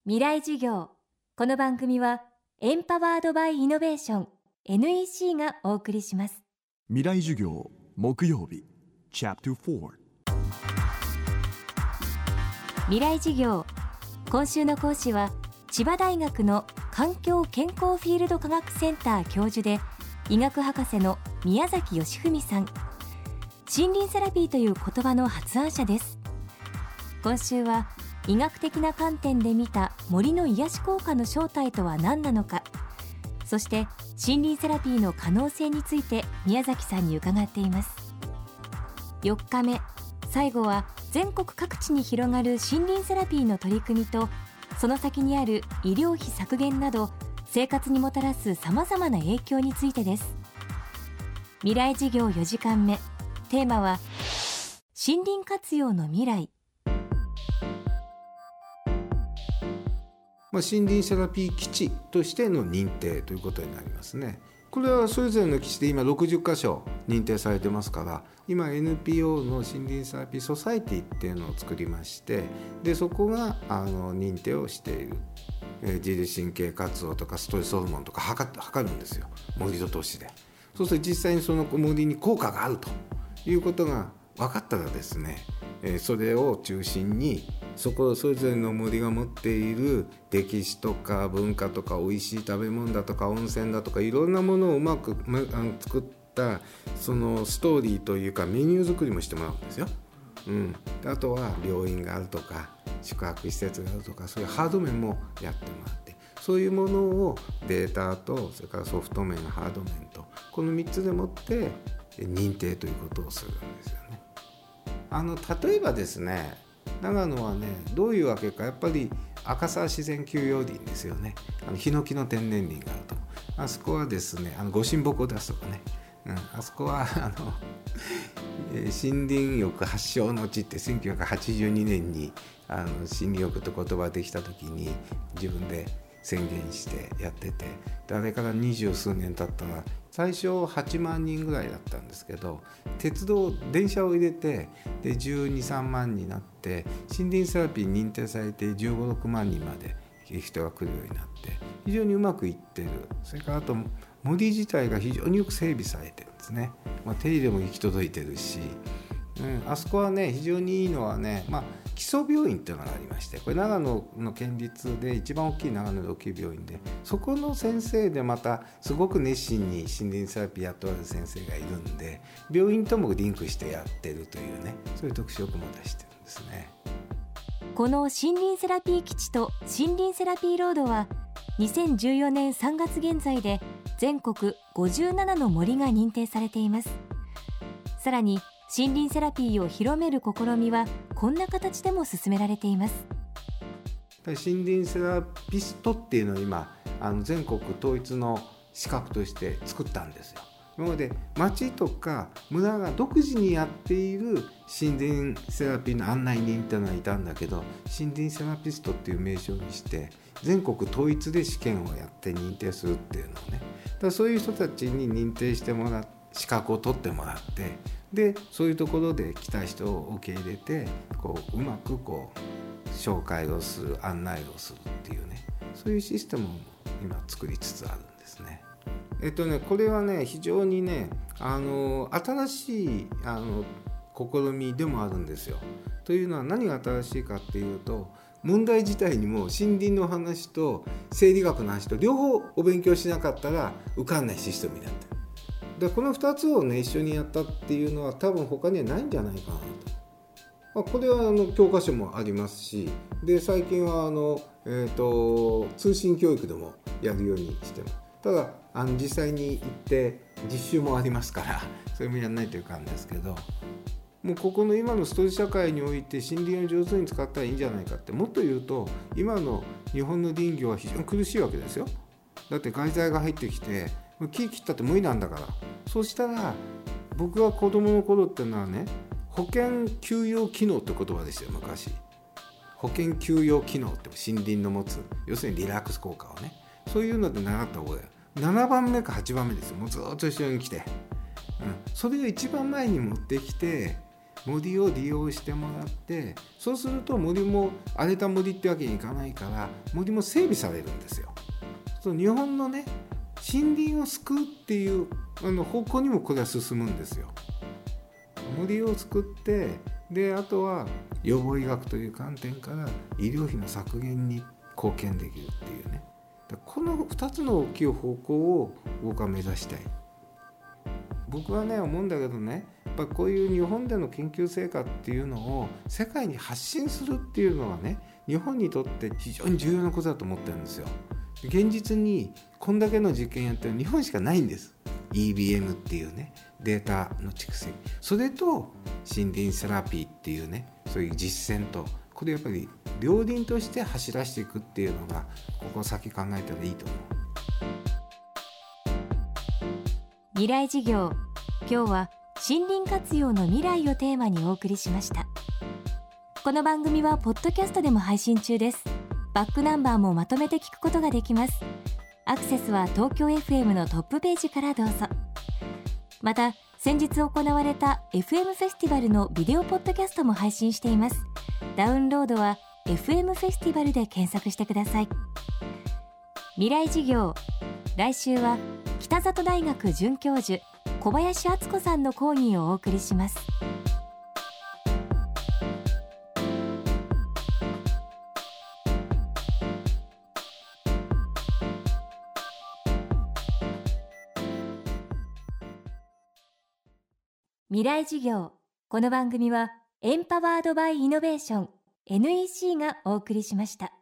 未来授業。この番組はエンパワードバイイノベーション NEC がお送りします。 未来授業木曜日チャプター4。 未来授業。今週の講師は千葉大学の環境健康フィールド科学センター教授で医学博士の宮崎義文さん。森林セラピーという言葉の発案者です。今週は医学的な観点で見た森の癒し効果の正体とは何なのか、そして森林セラピーの可能性について宮崎さんに伺っています。4日目、最後は全国各地に広がる森林セラピーの取り組みと、その先にある医療費削減など生活にもたらすさまざまな影響についてです。未来授業4時間目、テーマは森林活用の未来。 森林セラピー基地としての認定ということになりますね。これはそれぞれの基地で今60カ所認定されてますから、今 NPO の森林セラピーソサイティっていうのを作りまして、でそこが認定をしている、自律神経活動とかストレスホルモンとか測るんですよ、森と都市で。そうすると実際にその森に効果があるということが分かったらですね、それを中心にそれぞれの森が持っている歴史とか文化とか美味しい食べ物だとか温泉だとかいろんなものをうまく作ったそのストーリーというかメニュー作りもしてもらうんですよ。あとは病院があるとか宿泊施設があるとか、そういうハード面もやってもらって、そういうものをデータとそれからソフト面ハード面とこの3つでもって認定ということをするんですよね。例えばですね、長野はね、どういうわけかやっぱり赤沢自然休養林ですよね。ヒノキの天然林があると、あそこはですね、御神木を出すとかね、あそこは森林浴発祥の地って1982年に森林浴って言葉ができた時に自分で宣言してやってて、あれから20数年経ったら最初8万人ぐらいだったんですけど、電車を入れてで12、3万になって、森林セラピーに認定されて15、6万人まで人が来るようになって非常にうまくいってる。それからあと森自体が非常によく整備されてるんですね。手入れも行き届いてるし、あそこはね非常にいいのはね、基礎病院っていうのがありまして、これ長野の県立で一番大きい長野で大きい病院で、そこの先生でまたすごく熱心に森林セラピーやっておられる先生がいるんで、病院ともリンクしてやってるというね、そういう特色も出してるんですね。 この森林セラピー基地と森林セラピーロードは2014年3月現在で全国57の森が認定されています。さらに森林セラピーを広める試みはこんな形でも進められています。 森林セラピストっていうのを今全国統一の資格として作ったんですよ。今まで町とか村が独自にやっている森林セラピーの案内人っていうのはいたんだけど、森林セラピストっていう名称にして全国統一で試験をやって認定するっていうのをね、だからそういう人たちに認定してもらって資格を取ってもらって、でそういうところで来た人を受け入れてうまく紹介をする、案内をするっていうね、そういうシステムを今作りつつあるんですね。これはね非常にね新しい試みでもあるんですよ。というのは何が新しいかっていうと、問題自体にも森林の話と生理学の話と両方お勉強しなかったら受かんないシステムになってる。でこの2つをね一緒にやったっていうのは多分他にはないんじゃないかなと。これは教科書もありますし、で最近は通信教育でもやるようにしてます。ただ実際に行って実習もありますからそれもやらないといかんですけど、もうここの今のストレス社会において森林を上手に使ったらいいんじゃないかって。もっと言うと今の日本の林業は非常に苦しいわけですよ。だって外材が入ってきて木切ったって無理なんだから。そうしたら僕が子供の頃ってのはね、保険休養機能って言葉でしたよ昔。保険休養機能って森林の持つ要するにリラックス効果をね、そういうので習った覚え7番目か8番目ですよ。もうずっと一緒に来て、それを一番前に持ってきて森を利用してもらって、そうすると森も荒れた森ってわけにいかないから森も整備されるんですよ。そう日本のね森林を救うっていう方向にもこれは進むんですよ。森を作ってであとは予防医学という観点から医療費の削減に貢献できるっていうね、この2つの大きい方向を僕は目指したい。僕はね思うんだけどね、やっぱこういう日本での研究成果っていうのを世界に発信するっていうのはね、日本にとって非常に重要なことだと思ってるんですよ。現実にこんだけの実験やってる日本しかないんです。 EBM っていうねデータの蓄積、それと森林セラピーっていうねそういう実践と、これやっぱり両輪として走らせていくっていうのがここ先考えたらいいと思う。 未来事業、今日は森林活用の未来をテーマにお送りしました。この番組はポッドキャストでも配信中です。バックナンバーもまとめて聞くことができます。アクセスは東京 FM のトップページからどうぞ。また先日行われた FM フェスティバルのビデオポッドキャストも配信しています。ダウンロードは FM フェスティバルで検索してください。未来事業、来週は北里大学准教授小林敦子さんの講義をお送りします。未来事業、この番組はエンパワードバイイノベーション NEC がお送りしました。